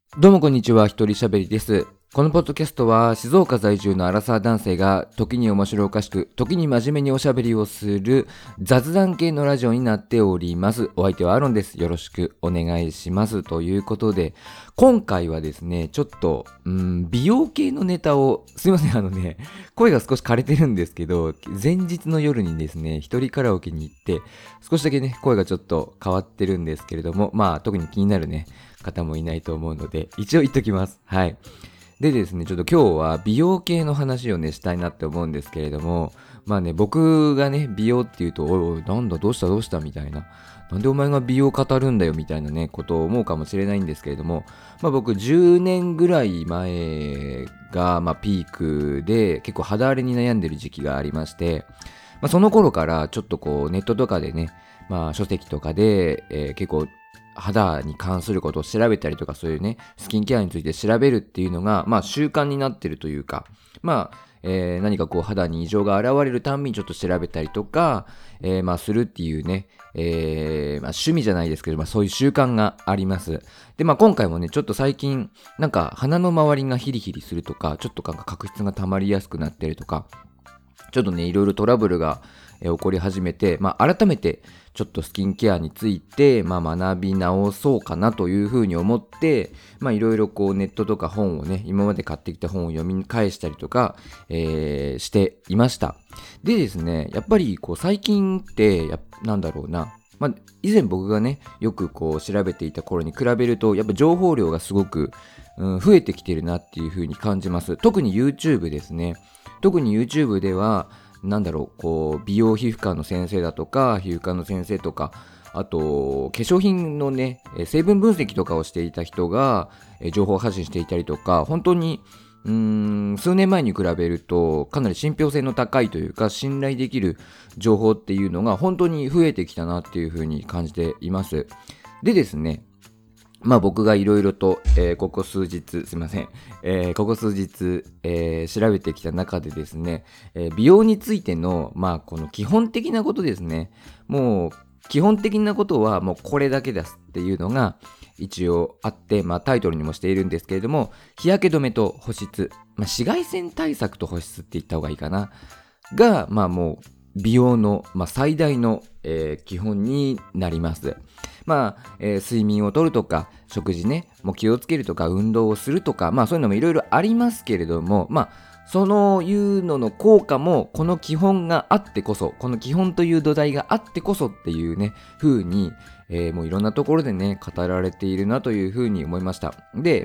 どうもこんにちは、一人喋りです。このポッドキャストは静岡在住のアラサー男性が時に面白おかしく、時に真面目におしゃべりをする雑談系のラジオになっております。お相手はアロンです。よろしくお願いします。ということで、今回はですね、ちょっと美容系のネタを、すいません、声が少し枯れてるんですけど、前日の夜にですね、一人カラオケに行って、少しだけね、声がちょっと変わってるんですけれども、特に気になるね、方もいないと思うので、一応言っときます。はい。でですね、ちょっと今日は美容系の話をね、したいなって思うんですけれども、僕がね、美容っていうと、おい、なんだ、どうしたみたいな。なんでお前が美容語るんだよみたいなね、ことを思うかもしれないんですけれども、僕10年ぐらい前が、ピークで結構肌荒れに悩んでる時期がありまして、その頃からちょっとこうネットとかでね、書籍とかで、結構肌に関することを調べたりとか、そういうね、スキンケアについて調べるっていうのが、習慣になってるというか、何かこう肌に異常が現れるたんびにちょっと調べたりとか、するっていうね、趣味じゃないですけど、そういう習慣があります。で、今回もね、ちょっと最近、なんか鼻の周りがヒリヒリするとか、ちょっとなんか角質が溜まりやすくなってるとか、ちょっとね、いろいろトラブルが起こり始めて、改めてちょっとスキンケアについて、学び直そうかなというふうに思って、いろいろこうネットとか本をね、今まで買ってきた本を読み返したりとか、していました。でですね、やっぱりこう最近って以前僕がね、よくこう調べていた頃に比べると、やっぱ情報量がすごく、増えてきてるなっていうふうに感じます。特に YouTube ですね。特に YouTube では、こう、美容皮膚科の先生だとか、皮膚科の先生とか、あと、化粧品のね、成分分析とかをしていた人が、情報発信していたりとか、本当に、数年前に比べると、かなり信憑性の高いというか、信頼できる情報っていうのが本当に増えてきたなっていうふうに感じています。でですね、僕がいろいろと、ここ数日、すいません。ここ数日、調べてきた中でですね、美容についての、この基本的なことですね。もう、基本的なことはもうこれだけですっていうのが一応あって、タイトルにもしているんですけれども、日焼け止めと保湿、紫外線対策と保湿って言った方がいいかな。が、もう、美容の、最大の、基本になります。睡眠をとるとか、食事ね、もう気をつけるとか、運動をするとか、そういうのもいろいろありますけれども、そのいうのの効果も、この基本があってこそ、この基本という土台があってこそっていうね、風に、もういろんなところでね、語られているなという風に思いました。で、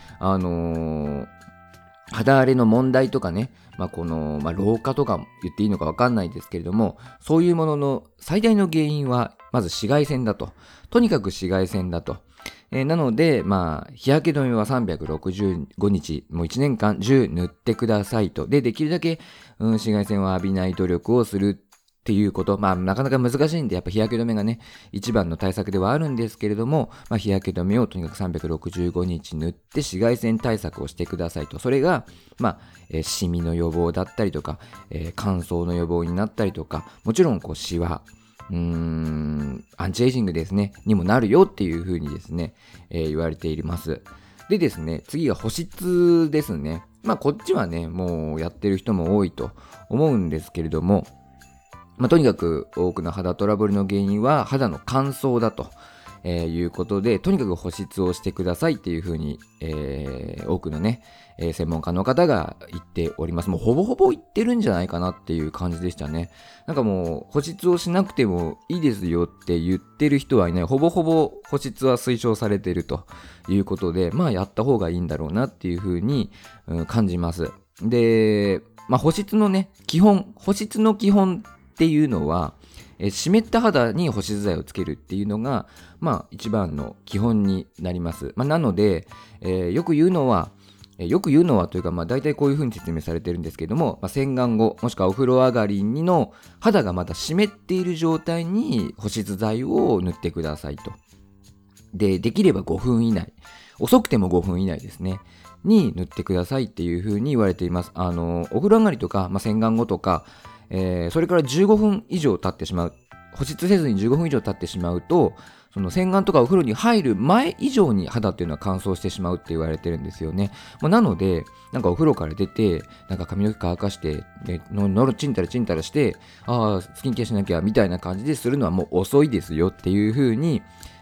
肌荒れの問題とかね、老化とか言っていいのかわかんないですけれども、そういうものの最大の原因は、まず紫外線だと。とにかく紫外線だと。なので、日焼け止めは365日、もう1年間中塗ってくださいと。で、できるだけ、紫外線を浴びない努力をするっていうこと。なかなか難しいんで、やっぱ日焼け止めがね、一番の対策ではあるんですけれども、日焼け止めをとにかく365日塗って紫外線対策をしてくださいと。それが、シミの予防だったりとか、乾燥の予防になったりとか、もちろんこうシワ、アンチエイジングですね、にもなるよっていう風にですね、言われています。でですね、次が保湿ですね。こっちはね、もうやってる人も多いと思うんですけれども、とにかく多くの肌トラブルの原因は肌の乾燥だと。いうことで、とにかく保湿をしてくださいっていうふうに、多くのね、専門家の方が言っております。もうほぼほぼ言ってるんじゃないかなっていう感じでしたね。なんかもう保湿をしなくてもいいですよって言ってる人はいない。ほぼほぼ保湿は推奨されているということで、やった方がいいんだろうなっていうふうに、感じます。で、保湿のね、保湿の基本っていうのは、湿った肌に保湿剤をつけるっていうのが、一番の基本になります。なので、よく言うのはというか、大体こういう風に説明されてるんですけども、洗顔後、もしくはお風呂上がりの肌がまだ湿っている状態に保湿剤を塗ってくださいと。で、できれば5分以内、遅くても5分以内ですね、に塗ってくださいっていう風に言われています。お風呂上がりとか、洗顔後とか、それから15分以上経ってしまう。保湿せずに15分以上経ってしまうと、 その洗顔とかお風呂に入る前以上に肌っていうのは乾燥してしまうって言われてるんですよね。なので、なんかお風呂から出て、なんか髪の毛乾かして、のろちんたらちんたらして、スキンケアしなきゃみたいな感じでするのはもう遅いですよっていう風に、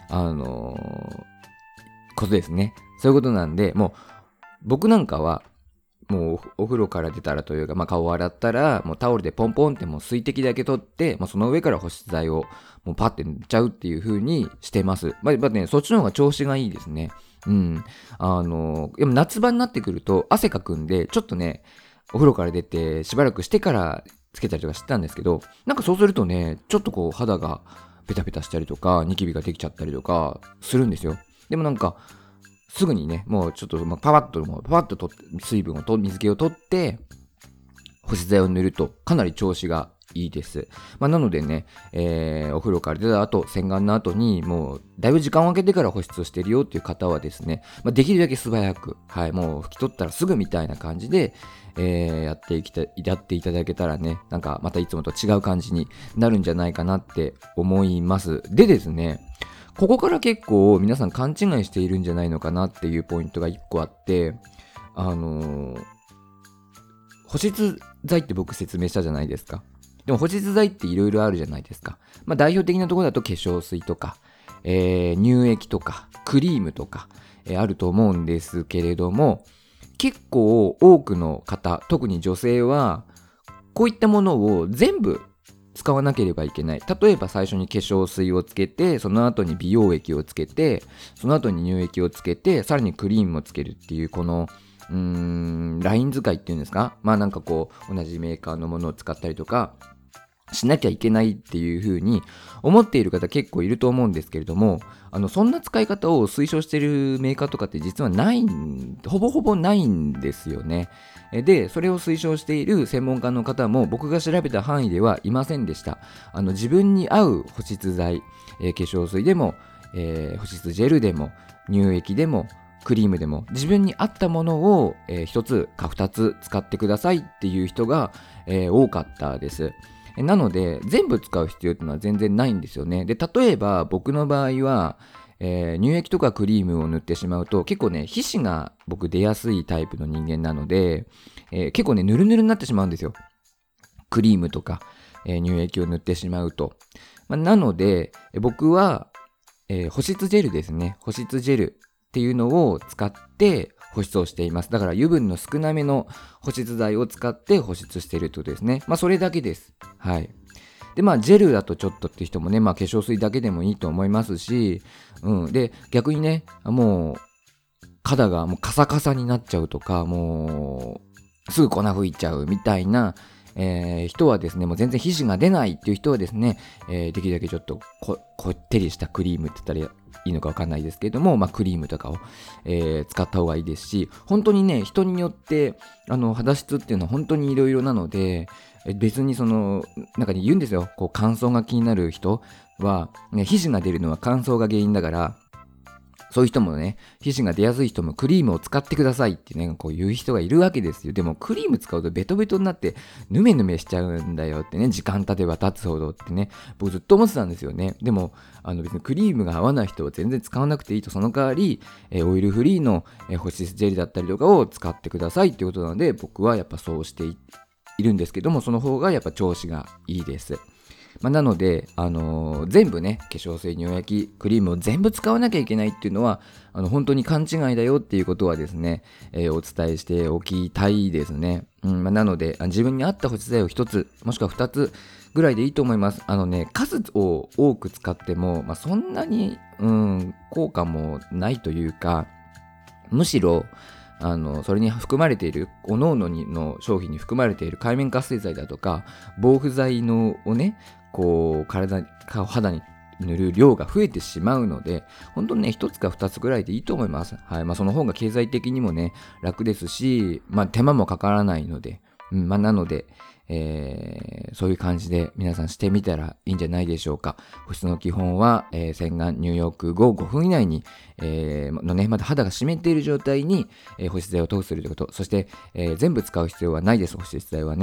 ことですね。そういうことなんで、もう僕なんかは、もうお風呂から出たらというか、顔を洗ったら、もうタオルでポンポンってもう水滴だけ取って、その上から保湿剤をもうパッて塗っちゃうっていう風にしてます。ね、そっちの方が調子がいいですね。でも夏場になってくると汗かくんで、ちょっとね、お風呂から出てしばらくしてからつけたりとかしてたんですけど、なんかそうするとね、ちょっとこう肌がペタペタしたりとか、ニキビができちゃったりとかするんですよ。でもなんか、すぐにね、もうちょっとパパッと取って水分を水気を取って保湿剤を塗るとかなり調子がいいです。なのでね、お風呂から出た後、洗顔の後にもうだいぶ時間を空けてから保湿をしているよっていう方はですね、できるだけ素早く、もう拭き取ったらすぐみたいな感じで、やっていただけたらね、なんかまたいつもと違う感じになるんじゃないかなって思います。でですね、ここから結構皆さん勘違いしているんじゃないのかなっていうポイントが1個あって、保湿剤って僕説明したじゃないですか。でも保湿剤っていろいろあるじゃないですか。代表的なところだと化粧水とか、乳液とかクリームとか、あると思うんですけれども、結構多くの方、特に女性はこういったものを全部使わなければいけない。例えば最初に化粧水をつけて、その後に美容液をつけて、その後に乳液をつけて、さらにクリームをつけるっていう、このライン使いっていうんですか、なんかこう同じメーカーのものを使ったりとかしなきゃいけないっていう風に思っている方結構いると思うんですけれども、そんな使い方を推奨しているメーカーとかって実はほぼほぼないんですよね。で、それを推奨している専門家の方も僕が調べた範囲ではいませんでした。自分に合う保湿剤、化粧水でも、保湿ジェルでも乳液でもクリームでも自分に合ったものを、1つか2つ使ってくださいっていう人が、多かったです。なので全部使う必要っていうのは全然ないんですよね。で、例えば僕の場合は、乳液とかクリームを塗ってしまうと結構ね、皮脂が僕出やすいタイプの人間なので、結構ね、ヌルヌルになってしまうんですよ。クリームとか、乳液を塗ってしまうと。なので僕は、保湿ジェルですね。保湿ジェルっていうのを使って保湿をしています。だから油分の少なめの保湿剤を使って保湿しているということですね。それだけです。はい。で、ジェルだとちょっとっていう人もね、化粧水だけでもいいと思いますし、で、逆にね、もう、肌がもうカサカサになっちゃうとか、もう、すぐ粉吹いちゃうみたいな、人はですね、もう全然皮脂が出ないっていう人はですね、できるだけちょっとこってりしたクリームって言ったらいいのかわかんないですけれども、クリームとかを、使った方がいいですし、本当にね、人によって肌質っていうのは本当にいろいろなので、別になんかね、言うんですよ。こう乾燥が気になる人は、ね、皮脂が出るのは乾燥が原因だから、そういう人もね、皮脂が出やすい人もクリームを使ってくださいってね、こう言う人がいるわけですよ。でもクリーム使うとベトベトになってヌメヌメしちゃうんだよってね、時間経てば経つほどってね、僕ずっと思ってたんですよね。でも、別にクリームが合わない人は全然使わなくていいと、その代わり、オイルフリーの、保湿ジェルだったりとかを使ってくださいっていうことなので、僕はやっぱそうしているんですけども、その方がやっぱ調子がいいです。なので、全部ね、化粧水、乳液、クリームを全部使わなきゃいけないっていうのは、本当に勘違いだよっていうことはですね、お伝えしておきたいですね。なので、自分に合った保湿剤を1つ、もしくは2つぐらいでいいと思います。数を多く使っても、そんなに、効果もないというか、むしろ、それに含まれている各々の商品に含まれている界面活性剤だとか防腐剤をね、こう肌に塗る量が増えてしまうので、本当にね、1つか2つぐらいでいいと思います。はい。その方が経済的にもね、楽ですし、手間もかからないので、なので、そういう感じで皆さんしてみたらいいんじゃないでしょうか。保湿の基本は、洗顔入浴後5分以内に、まだ肌が湿っている状態に、保湿剤を塗布するということ。そして、全部使う必要はないです。保湿剤はね。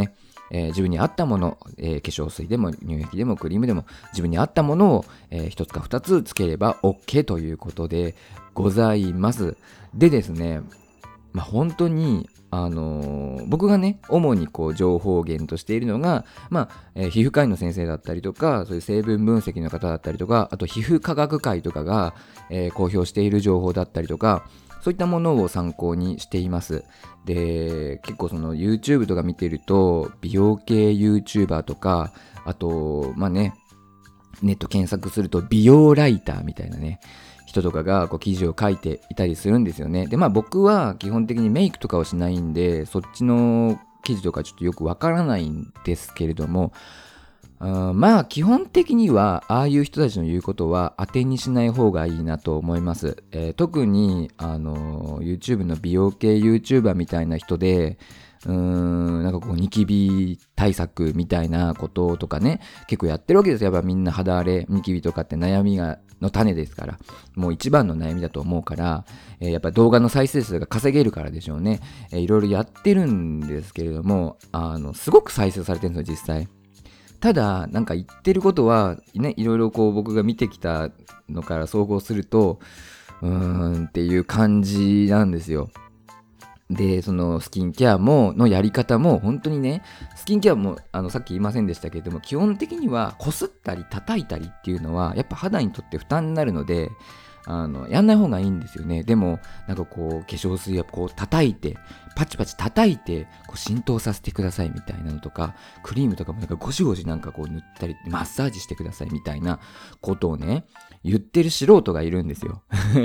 自分に合ったもの、化粧水でも乳液でもクリームでも自分に合ったものを、1つか2つつければ OK ということでございます。でですね、本当に僕がね主に情報源としているのが、皮膚科医の先生だったりとか、そういう成分分析の方だったりとか、あと皮膚科学会とかが、公表している情報だったりとか、そういったものを参考にしています。で、結構その YouTube とか見てると美容系 YouTuber とか、あとネット検索すると美容ライターみたいなね人とかが記事を書いていたりするんですよね。で僕は基本的にメイクとかをしないんで、そっちの記事とかちょっとよくわからないんですけれども、基本的にはああいう人たちの言うことは当てにしない方がいいなと思います。特にYouTube の美容系 YouTuber みたいな人でニキビ対策みたいなこととかね結構やってるわけですよ。やっぱみんな肌荒れニキビとかって悩みの種ですから、もう一番の悩みだと思うから、やっぱ動画の再生数が稼げるからでしょうね。いろいろやってるんですけれども、すごく再生されてるんですよ実際。ただ言ってることはね、いろいろ僕が見てきたのから総合するとっていう感じなんですよ。で、そのスキンケアのやり方も本当にね、スキンケアもさっき言いませんでしたけれども、基本的にはこすったり叩いたりっていうのはやっぱ肌にとって負担になるので、やんない方がいいんですよね。でも化粧水は叩いてパチパチ叩いて浸透させてくださいみたいなのとか、クリームとかもゴシゴシ塗ったりマッサージしてくださいみたいなことをね言ってる素人がいるんですよ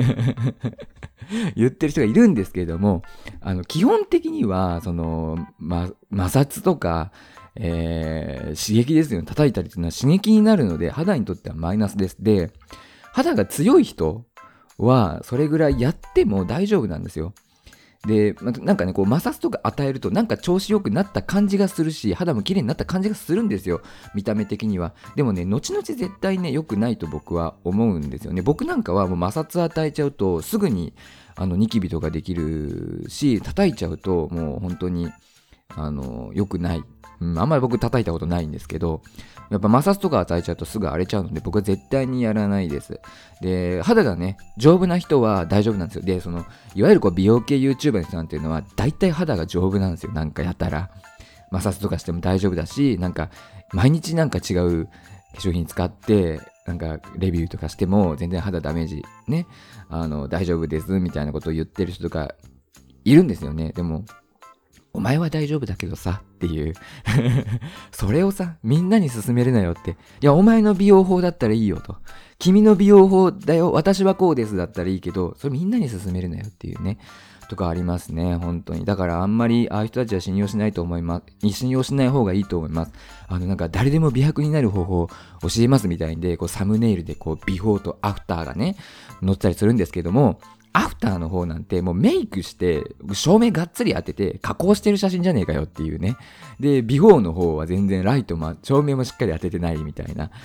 言ってる人がいるんですけれども、基本的には摩擦とか、刺激ですよね。叩いたりというのは刺激になるので肌にとってはマイナスです。で、肌が強い人はそれぐらいやっても大丈夫なんですよ。で、摩擦とか与えると調子良くなった感じがするし、肌も綺麗になった感じがするんですよ、見た目的には。でもね、後々絶対ね良くないと僕は思うんですよね。僕なんかはもう摩擦与えちゃうとすぐにニキビとかできるし、叩いちゃうともう本当に良くない。あんまり僕叩いたことないんですけど、やっぱ摩擦とか与えちゃうとすぐ荒れちゃうので、僕は絶対にやらないです。で、肌がね丈夫な人は大丈夫なんですよ。で、いわゆる美容系 YouTuber の人なんていうのは大体肌が丈夫なんですよ。やったら摩擦とかしても大丈夫だし、毎日違う化粧品使ってレビューとかしても全然肌ダメージね大丈夫ですみたいなことを言ってる人とかいるんですよね。でもお前は大丈夫だけどさっていうそれをさみんなに勧めるなよって。いや、お前の美容法だったらいいよと、君の美容法だよ、私はこうですだったらいいけど、それみんなに勧めるなよっていうねとかありますね。本当に。だからあんまりああいう人たちは信用しないと思います。信用しない方がいいと思います。誰でも美白になる方法を教えますみたいんでサムネイルでビフォーとアフターがね載ったりするんですけども、アフターの方なんてもうメイクして照明がっつり当てて加工してる写真じゃねえかよっていうね。で、ビフォーの方は全然ライトも照明もしっかり当ててないみたいな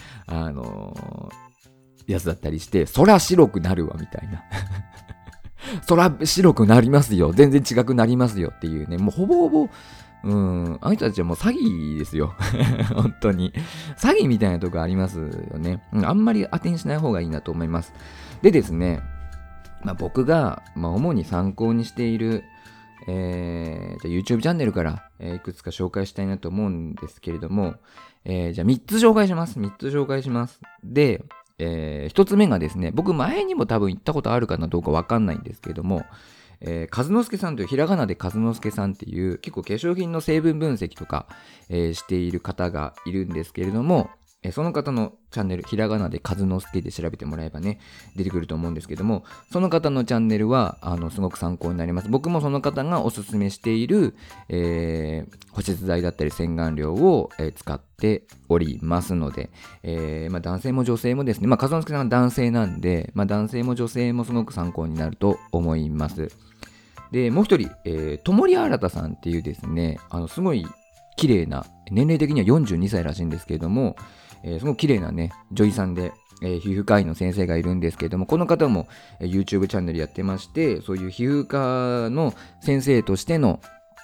やつだったりして、そら白くなるわみたいなそら白くなりますよ、全然違くなりますよっていうね、もうほぼほぼあの人たちはもう詐欺ですよ本当に詐欺みたいなとこありますよね。あんまり当てにしない方がいいなと思います。でですね、僕が、主に参考にしている、じゃあ YouTube チャンネルから、いくつか紹介したいなと思うんですけれども、じゃあ3つ紹介します。で、1つ目がですね、僕前にも多分言ったことあるかなどうかわかんないんですけれども、和之助さんというひらがなで和之助さんっていう結構化粧品の成分分析とか、している方がいるんですけれども、その方のチャンネル、ひらがなで和之助で調べてもらえばね出てくると思うんですけども、その方のチャンネルはすごく参考になります。僕もその方がおすすめしている、保湿剤だったり洗顔料を、使っておりますので、男性も女性もですね、和之助さんは男性なんで、男性も女性もすごく参考になると思います。で、もう一人、友利新さんっていうですね、すごい綺麗な、年齢的には42歳らしいんですけれども、すごく綺麗なね女医さんで、皮膚科医の先生がいるんですけれども、この方も、YouTube チャンネルやってまして、そういう皮膚科の先生としての、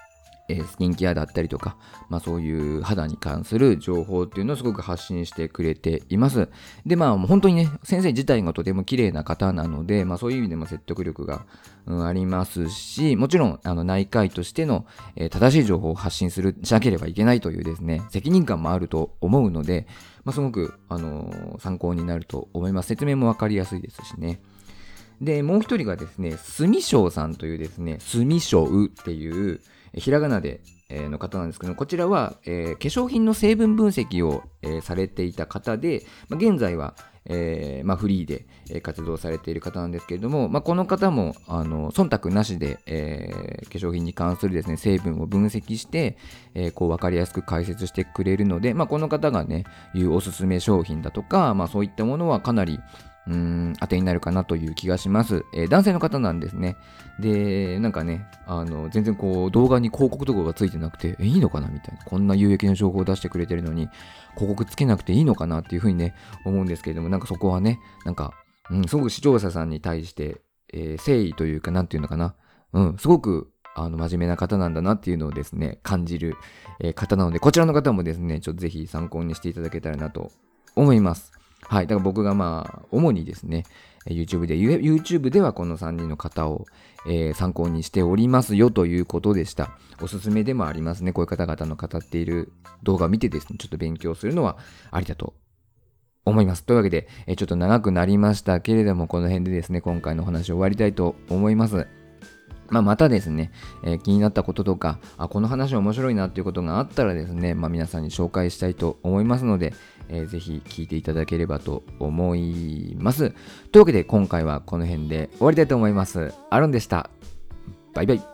スキンケアだったりとか、そういう肌に関する情報っていうのをすごく発信してくれています。で、もう本当にね、先生自体がとても綺麗な方なので、そういう意味でも説得力が、ありますし、もちろん内科医としての、正しい情報を発信しなければいけないというですね、責任感もあると思うので、すごく、参考になると思います。説明もわかりやすいですしね。で、もう一人がですね、すみしょうさんというですね、すみしょうっていうひらがなで、の方なんですけど、こちらは、化粧品の成分分析を、されていた方で、現在は、フリーで、活動されている方なんですけれども、この方も忖度なしで、化粧品に関するですね成分を分析して、こう分かりやすく解説してくれるので、この方がね言うおすすめ商品だとか、そういったものはかなり当てになるかなという気がします。男性の方なんですね。で、なんかね、全然こう動画に広告とかがついてなくて、いいのかなみたいな。こんな有益な情報を出してくれてるのに、広告つけなくていいのかなっていうふうにね、思うんですけれども、なんかそこはね、すごく視聴者さんに対して、誠意というか、なんていうのかな。すごく、真面目な方なんだなっていうのをですね、感じる、方なので、こちらの方もですね、ちょっとぜひ参考にしていただけたらなと思います。はい。だから僕が主にですね、YouTube ではこの3人の方を、参考にしておりますよということでした。おすすめでもありますね。こういう方々の語っている動画を見てですね、ちょっと勉強するのはありだと思います。というわけで、ちょっと長くなりましたけれども、この辺でですね、今回のお話を終わりたいと思います。またですね、気になったこととか、この話面白いなっていうことがあったらですね、皆さんに紹介したいと思いますので、ぜひ聞いていただければと思います。というわけで今回はこの辺で終わりたいと思います。アロンでした。バイバイ。